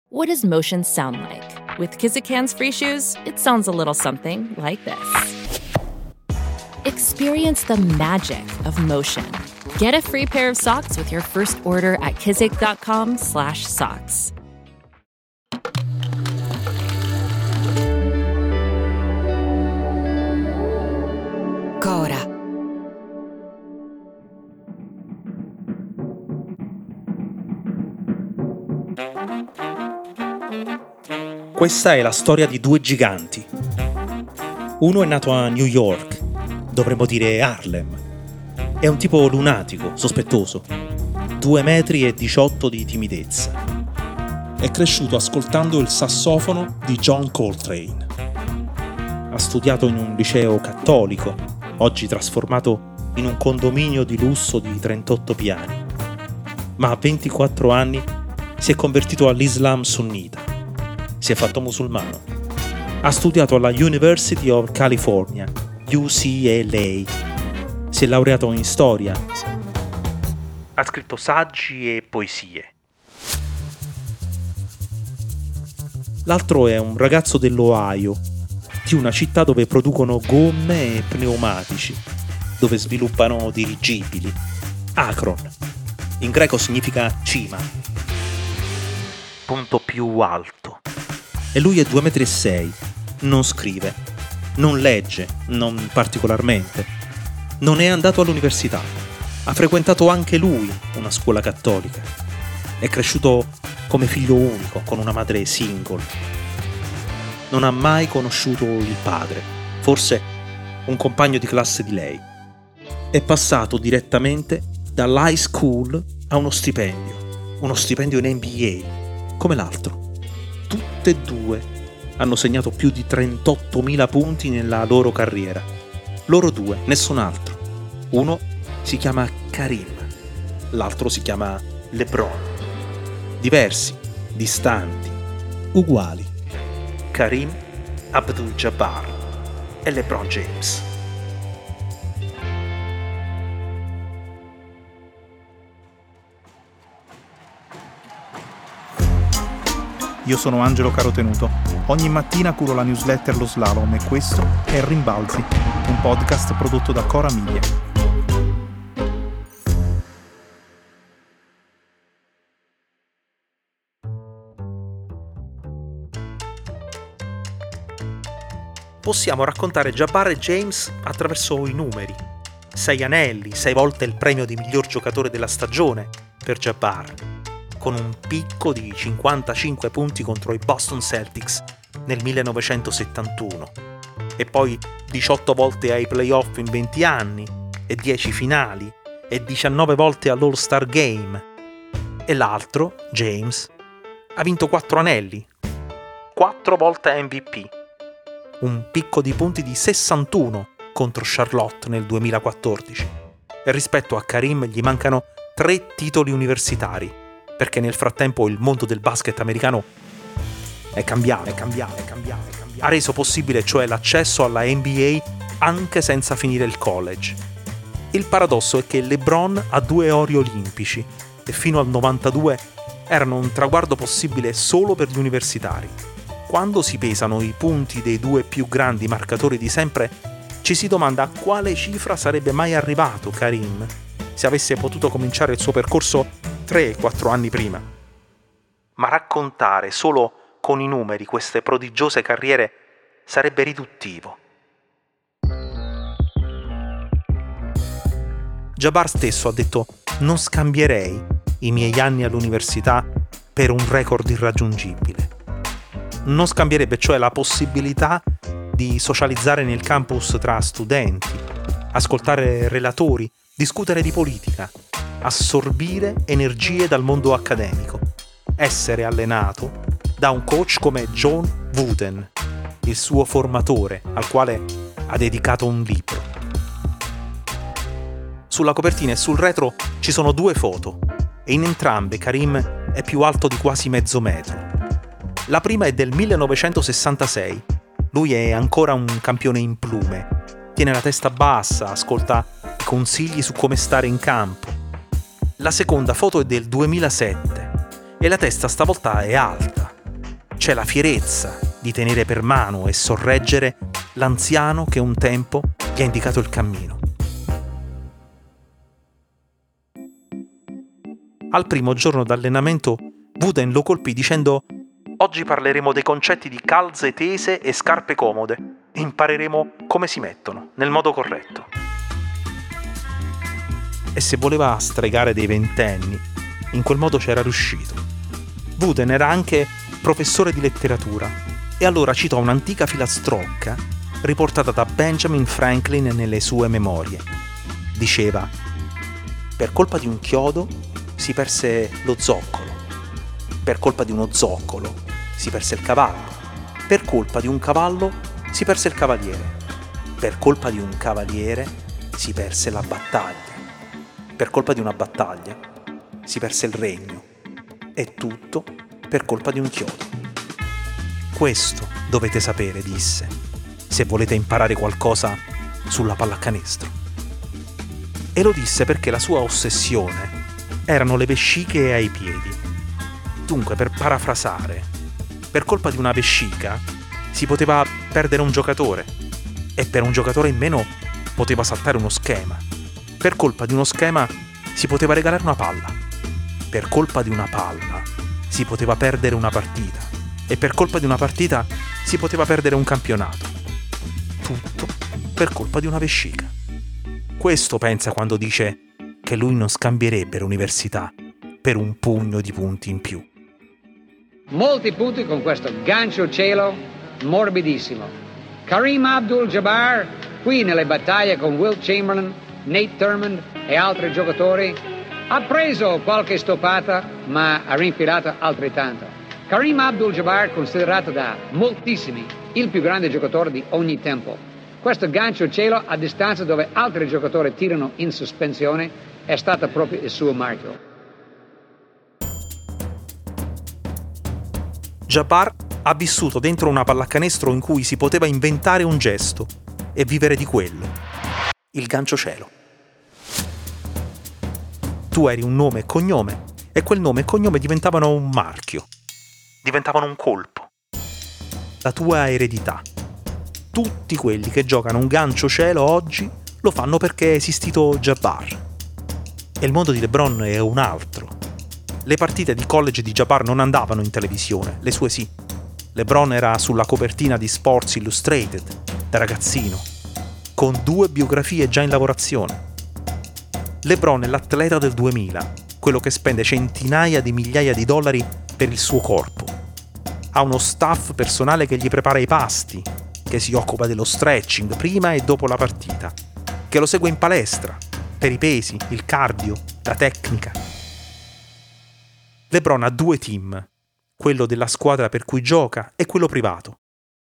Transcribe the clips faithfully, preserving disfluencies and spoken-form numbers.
What does motion sound like? With Kizikans free shoes, it sounds a little something like this. Experience the magic of motion. Get a free pair of socks with your first order at kizik.com slash socks. Cora. Questa è la storia di due giganti. Uno è nato a New York, dovremmo dire Harlem. È un tipo lunatico, sospettoso. Due metri e diciotto di timidezza. È cresciuto ascoltando il sassofono di John Coltrane. Ha studiato in un liceo cattolico, oggi trasformato in un condominio di lusso di trentotto piani. Ma a ventiquattro anni si è convertito all'Islam sunnita. Si è fatto musulmano. Ha studiato alla University of California, U C L A. Si è laureato in storia. Ha scritto saggi e poesie. L'altro è un ragazzo dell'Ohio, di una città dove producono gomme e pneumatici, dove sviluppano dirigibili. Akron. In greco significa cima. Punto più alto. E lui è due metri e sei, non scrive, non legge, non particolarmente, non è andato all'università, ha frequentato anche lui una scuola cattolica, è cresciuto come figlio unico con una madre single, non ha mai conosciuto il padre, forse un compagno di classe di lei, è passato direttamente dall'high school a uno stipendio, uno stipendio in N B A, come l'altro. Tutte e due hanno segnato più di trentottomila punti nella loro carriera. Loro due, nessun altro. Uno si chiama Karim, l'altro si chiama LeBron. Diversi, distanti, uguali. Karim Abdul-Jabbar e LeBron James. Io sono Angelo Carotenuto. Ogni mattina curo la newsletter Lo Slalom e questo è Rimbalzi, un podcast prodotto da Cora Media. Possiamo raccontare Jabbar e James attraverso i numeri. Sei anelli, sei volte il premio di miglior giocatore della stagione per Jabbar, con un picco di cinquantacinque punti contro i Boston Celtics nel millenovecentosettantuno, e poi diciotto volte ai playoff in venti anni, e dieci finali, e diciannove volte all'All-Star Game. E l'altro, James, ha vinto quattro anelli, quattro volte M V P, un picco di punti di sessantuno contro Charlotte nel duemilaquattordici, e rispetto a Karim gli mancano tre titoli universitari, perché nel frattempo il mondo del basket americano è cambiato, è cambiato, è cambiato, è cambiato. Ha reso possibile cioè l'accesso alla N B A anche senza finire il college. Il paradosso è che LeBron ha due ori olimpici e fino al novantadue erano un traguardo possibile solo per gli universitari. Quando si pesano i punti dei due più grandi marcatori di sempre, ci si domanda a quale cifra sarebbe mai arrivato Karim se avesse potuto cominciare il suo percorso tre quattro anni prima. Ma raccontare solo con i numeri queste prodigiose carriere sarebbe riduttivo. Jabbar stesso ha detto: non scambierei i miei anni all'università per un record irraggiungibile. Non scambierebbe cioè la possibilità di socializzare nel campus tra studenti, ascoltare relatori, discutere di politica, assorbire energie dal mondo accademico, essere allenato da un coach come John Wooden, il suo formatore, al quale ha dedicato un libro. Sulla copertina e sul retro ci sono due foto, e in entrambe Karim è più alto di quasi mezzo metro. La prima è del millenovecentosessantasei. Lui è ancora un campione in plume, tiene la testa bassa, ascolta consigli su come stare in campo. La seconda foto è del duemilasette e la testa stavolta è alta, c'è la fierezza di tenere per mano e sorreggere l'anziano che un tempo gli ha indicato il cammino. Al primo giorno d'allenamento, Wooden lo colpì dicendo: «Oggi parleremo dei concetti di calze tese e scarpe comode. Impareremo come si mettono, nel modo corretto». E se voleva stregare dei ventenni, in quel modo c'era riuscito. Wooden era anche professore di letteratura e allora citò un'antica filastrocca riportata da Benjamin Franklin nelle sue memorie. Diceva: «Per colpa di un chiodo si perse lo zoccolo, per colpa di uno zoccolo si perse il cavallo, per colpa di un cavallo si perse il cavaliere, per colpa di un cavaliere si perse la battaglia, per colpa di una battaglia si perse il regno, e tutto per colpa di un chiodo». Questo dovete sapere, disse, se volete imparare qualcosa sulla pallacanestro. E lo disse perché la sua ossessione erano le vesciche ai piedi. Dunque, per parafrasare, per colpa di una vescica si poteva perdere un giocatore e per un giocatore in meno poteva saltare uno schema. Per colpa di uno schema si poteva regalare una palla. Per colpa di una palla si poteva perdere una partita e per colpa di una partita si poteva perdere un campionato. Tutto per colpa di una vescica. Questo pensa quando dice che lui non scambierebbe l'università per un pugno di punti in più. Molti punti con questo gancio cielo morbidissimo. Kareem Abdul-Jabbar, qui nelle battaglie con Wilt Chamberlain, Nate Thurmond e altri giocatori, ha preso qualche stoppata ma ha rinfilato altrettanto. Kareem Abdul-Jabbar, considerato da moltissimi il più grande giocatore di ogni tempo. Questo gancio cielo a distanza dove altri giocatori tirano in sospensione è stato proprio il suo marchio. Jabbar ha vissuto dentro una pallacanestro in cui si poteva inventare un gesto e vivere di quello. Il gancio cielo. Tu eri un nome e cognome e quel nome e cognome diventavano un marchio. Diventavano un colpo. La tua eredità. Tutti quelli che giocano un gancio cielo oggi lo fanno perché è esistito Jabbar. E il mondo di LeBron è un altro. Le partite di college di Jabbar non andavano in televisione, le sue sì. LeBron era sulla copertina di Sports Illustrated, da ragazzino, con due biografie già in lavorazione. LeBron è l'atleta del duemila, quello che spende centinaia di migliaia di dollari per il suo corpo. Ha uno staff personale che gli prepara i pasti, che si occupa dello stretching prima e dopo la partita, che lo segue in palestra, per i pesi, il cardio, la tecnica. LeBron ha due team, quello della squadra per cui gioca e quello privato.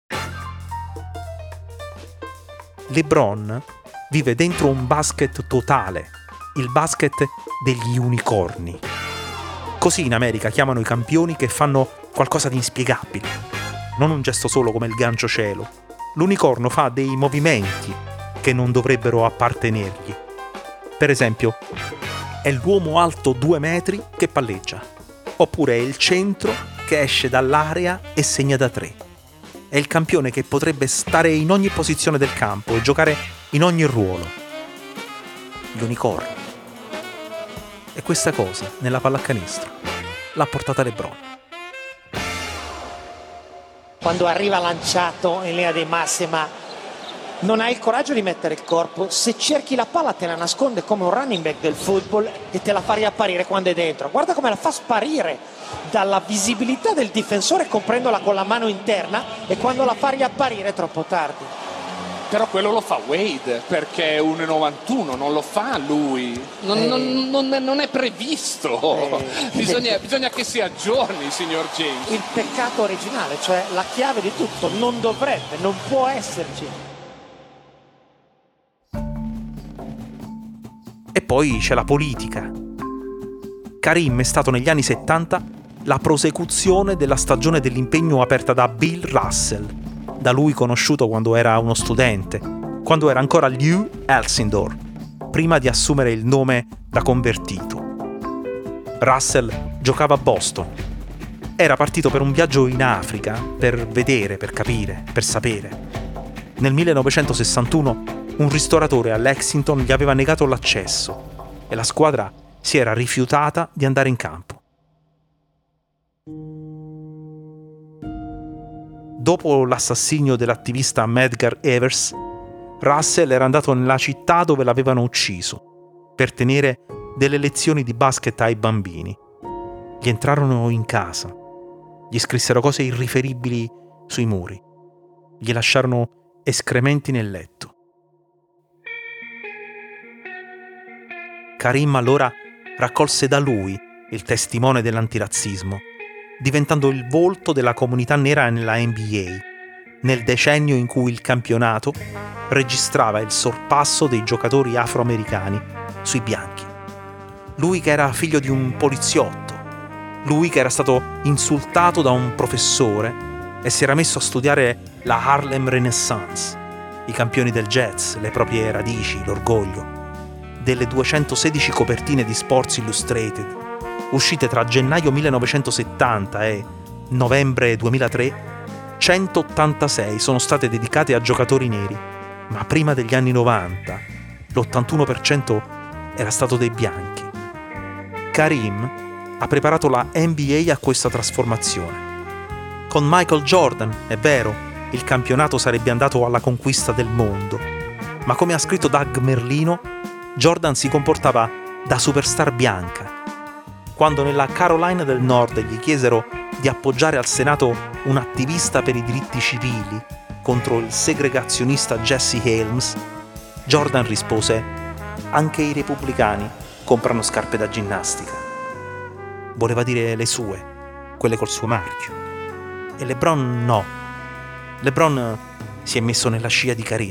LeBron vive dentro un basket totale, il basket degli unicorni. Così in America chiamano i campioni che fanno qualcosa di inspiegabile, non un gesto solo come il gancio cielo. L'unicorno fa dei movimenti che non dovrebbero appartenergli. Per esempio, è l'uomo alto due metri che palleggia, oppure è il centro che esce dall'area e segna da tre. È il campione che potrebbe stare in ogni posizione del campo e giocare in ogni ruolo. L'unicorno. E questa cosa, nella pallacanestro, l'ha portata LeBron. Quando arriva lanciato in linea di massima, non hai il coraggio di mettere il corpo, se cerchi la palla te la nasconde come un running back del football e te la fa riapparire quando è dentro. Guarda come la fa sparire dalla visibilità del difensore comprendola con la mano interna e quando la fa riapparire è troppo tardi. Però quello lo fa Wade perché è uno virgola novantuno, non lo fa lui, non, eh. non, non, non è previsto, eh. bisogna, bisogna che si aggiorni, signor James. Il peccato originale, cioè la chiave di tutto, non dovrebbe, non può esserci. E poi c'è la politica. Kareem è stato negli anni settanta la prosecuzione della stagione dell'impegno aperta da Bill Russell, da lui conosciuto quando era uno studente, quando era ancora Lew Alcindor, prima di assumere il nome da convertito. Russell giocava a Boston. era partito per un viaggio in Africa per vedere, per capire, per sapere. Nel millenovecentosessantuno un ristoratore a Lexington gli aveva negato l'accesso e la squadra si era rifiutata di andare in campo. Dopo l'assassinio dell'attivista Medgar Evers, Russell era andato nella città dove l'avevano ucciso per tenere delle lezioni di basket ai bambini. Gli entrarono in casa, gli scrissero cose irriferibili sui muri, gli lasciarono escrementi nel letto. Karim allora raccolse da lui il testimone dell'antirazzismo, diventando il volto della comunità nera nella N B A, nel decennio in cui il campionato registrava il sorpasso dei giocatori afroamericani sui bianchi. Lui che era figlio di un poliziotto, lui che era stato insultato da un professore e si era messo a studiare la Harlem Renaissance, i campioni del jazz, le proprie radici, l'orgoglio, delle duecentosedici copertine di Sports Illustrated, uscite tra gennaio millenovecentosettanta e novembre duemilatré, centottantasei sono state dedicate a giocatori neri, ma prima degli anni novanta l'ottantuno per cento era stato dei bianchi. Karim ha preparato la N B A a questa trasformazione. Con Michael Jordan, è vero, il campionato sarebbe andato alla conquista del mondo, ma come ha scritto Doug Merlino, Jordan si comportava da superstar bianca. Quando nella Carolina del Nord gli chiesero di appoggiare al Senato un attivista per i diritti civili contro il segregazionista Jesse Helms, Jordan rispose: «Anche i repubblicani comprano scarpe da ginnastica». Voleva dire le sue, quelle col suo marchio. E LeBron no. LeBron si è messo nella scia di Karim.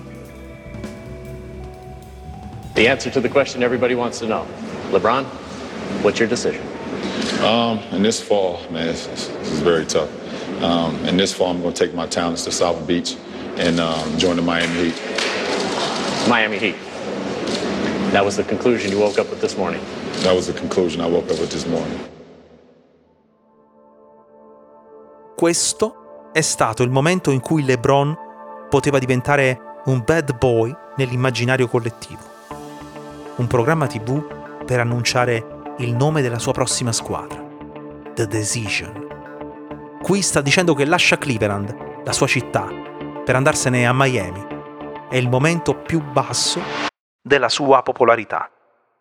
The answer to the question everybody wants to know. LeBron, what's your decision? Um, in this fall, man, this is very tough. Um, in this fall, I'm going to take my talents to South Beach and um, join the Miami Heat. Miami Heat. That was the conclusion you woke up with this morning. That was the conclusion I woke up with this morning. Questo è stato il momento in cui LeBron poteva diventare un bad boy nell'immaginario collettivo. Un programma tivù per annunciare il nome della sua prossima squadra, The Decision. Qui sta dicendo che lascia Cleveland, la sua città, per andarsene a Miami. È il momento più basso della sua popolarità.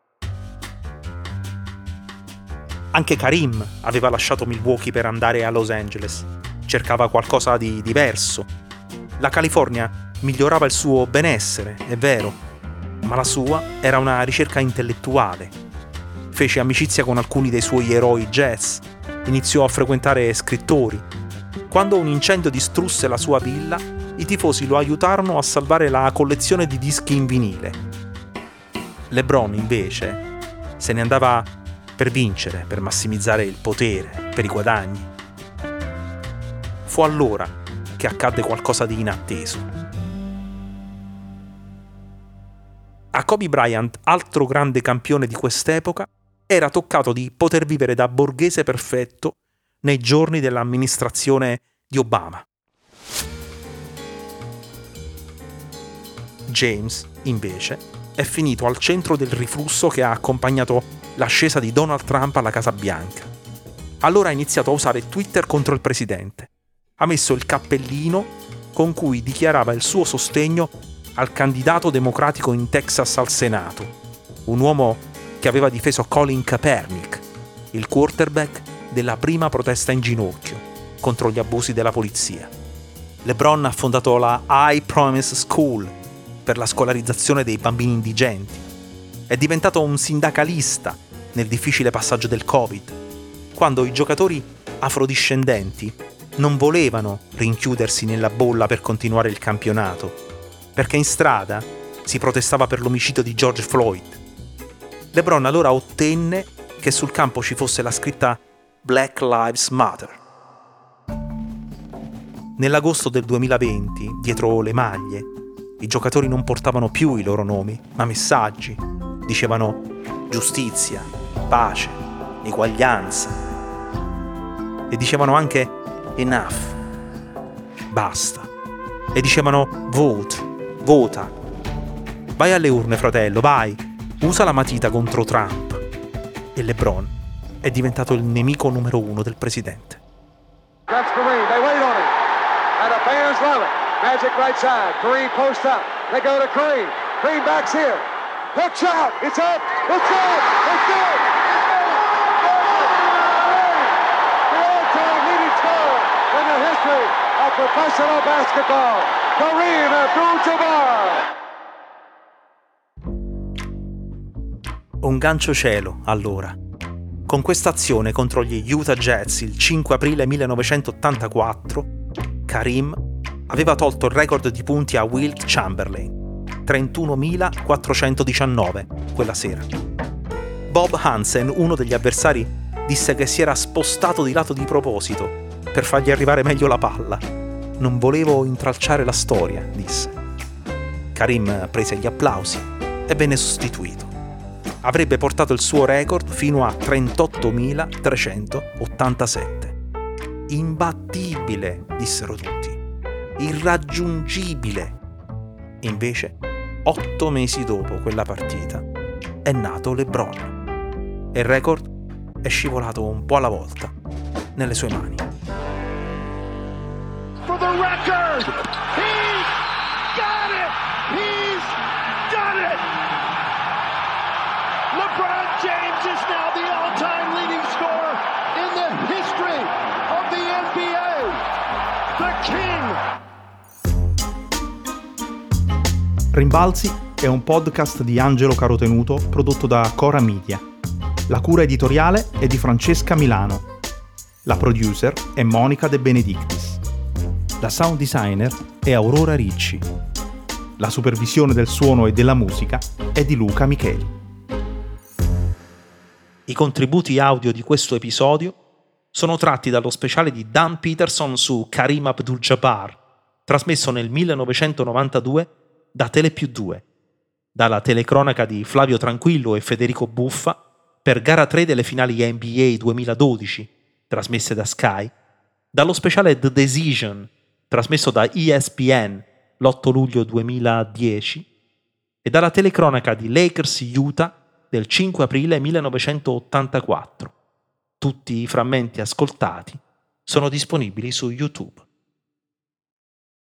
Anche Karim aveva lasciato Milwaukee per andare a Los Angeles. Cercava qualcosa di diverso. La California migliorava il suo benessere, è vero, ma la sua era una ricerca intellettuale. Fece amicizia con alcuni dei suoi eroi jazz, iniziò a frequentare scrittori. Quando un incendio distrusse la sua villa, i tifosi lo aiutarono a salvare la collezione di dischi in vinile. LeBron, invece, se ne andava per vincere, per massimizzare il potere, per i guadagni. Fu allora che accadde qualcosa di inatteso. A Kobe Bryant, altro grande campione di quest'epoca, era toccato di poter vivere da borghese perfetto nei giorni dell'amministrazione di Obama. James, invece, è finito al centro del riflusso che ha accompagnato l'ascesa di Donald Trump alla Casa Bianca. Allora ha iniziato a usare Twitter contro il presidente. Ha messo il cappellino con cui dichiarava il suo sostegno al candidato democratico in Texas al Senato, un uomo che aveva difeso Colin Kaepernick, il quarterback della prima protesta in ginocchio contro gli abusi della polizia. LeBron ha fondato la I Promise School per la scolarizzazione dei bambini indigenti. È diventato un sindacalista nel difficile passaggio del Covid, quando i giocatori afrodiscendenti non volevano rinchiudersi nella bolla per continuare il campionato, perché in strada si protestava per l'omicidio di George Floyd. LeBron allora ottenne che sul campo ci fosse la scritta Black Lives Matter. Nell'agosto del duemilaventi, dietro le maglie, i giocatori non portavano più i loro nomi, ma messaggi. Dicevano giustizia, pace, eguaglianza. e dicevano anche enough, basta, e dicevano vote, vota, vai alle urne fratello, vai, usa la matita contro Trump. E LeBron è diventato il nemico numero uno del presidente. That's Kareem, they wait on him, and the fans love it. Magic right side, Kareem post up, they go to Kareem, Kareem backs here, hook shot, it's up, it's up, it's good, the all-time leading scorer in the history of professional basketball, Kareem Abdul-Jabbar. Un gancio cielo, allora. Con questa azione contro gli Utah Jazz il cinque aprile millenovecentottantaquattro, Kareem aveva tolto il record di punti a Wilt Chamberlain, trentunomilaquattrocentodiciannove quella sera. Bob Hansen, uno degli avversari, disse che si era spostato di lato di proposito per fargli arrivare meglio la palla. Non volevo intralciare la storia, disse. Kareem prese gli applausi e venne sostituito. Avrebbe portato il suo record fino a trentottomilatrecentottantasette. Imbattibile, dissero tutti. Irraggiungibile. Invece, otto mesi dopo quella partita, è nato LeBron. E il record è scivolato un po' alla volta nelle sue mani. For the record, he's got it! He's done it! LeBron James is now the all-time leading scorer in the history of the N B A. The King. Rimbalzi è un podcast di Angelo Carotenuto prodotto da Cora Media. La cura editoriale è di Francesca Milano. La producer è Monica De Benedictis. La sound designer è Aurora Ricci. La supervisione del suono e della musica è di Luca Micheli. I contributi audio di questo episodio sono tratti dallo speciale di Dan Peterson su Kareem Abdul-Jabbar, trasmesso nel millenovecentonovantadue da Telepiù due, dalla telecronaca di Flavio Tranquillo e Federico Buffa per gara tre delle finali N B A duemiladodici, trasmesse da Sky, dallo speciale The Decision, trasmesso da E S P N l'otto luglio duemiladieci, e dalla telecronaca di Lakers-Utah del cinque aprile millenovecentottantaquattro. Tutti i frammenti ascoltati sono disponibili su YouTube.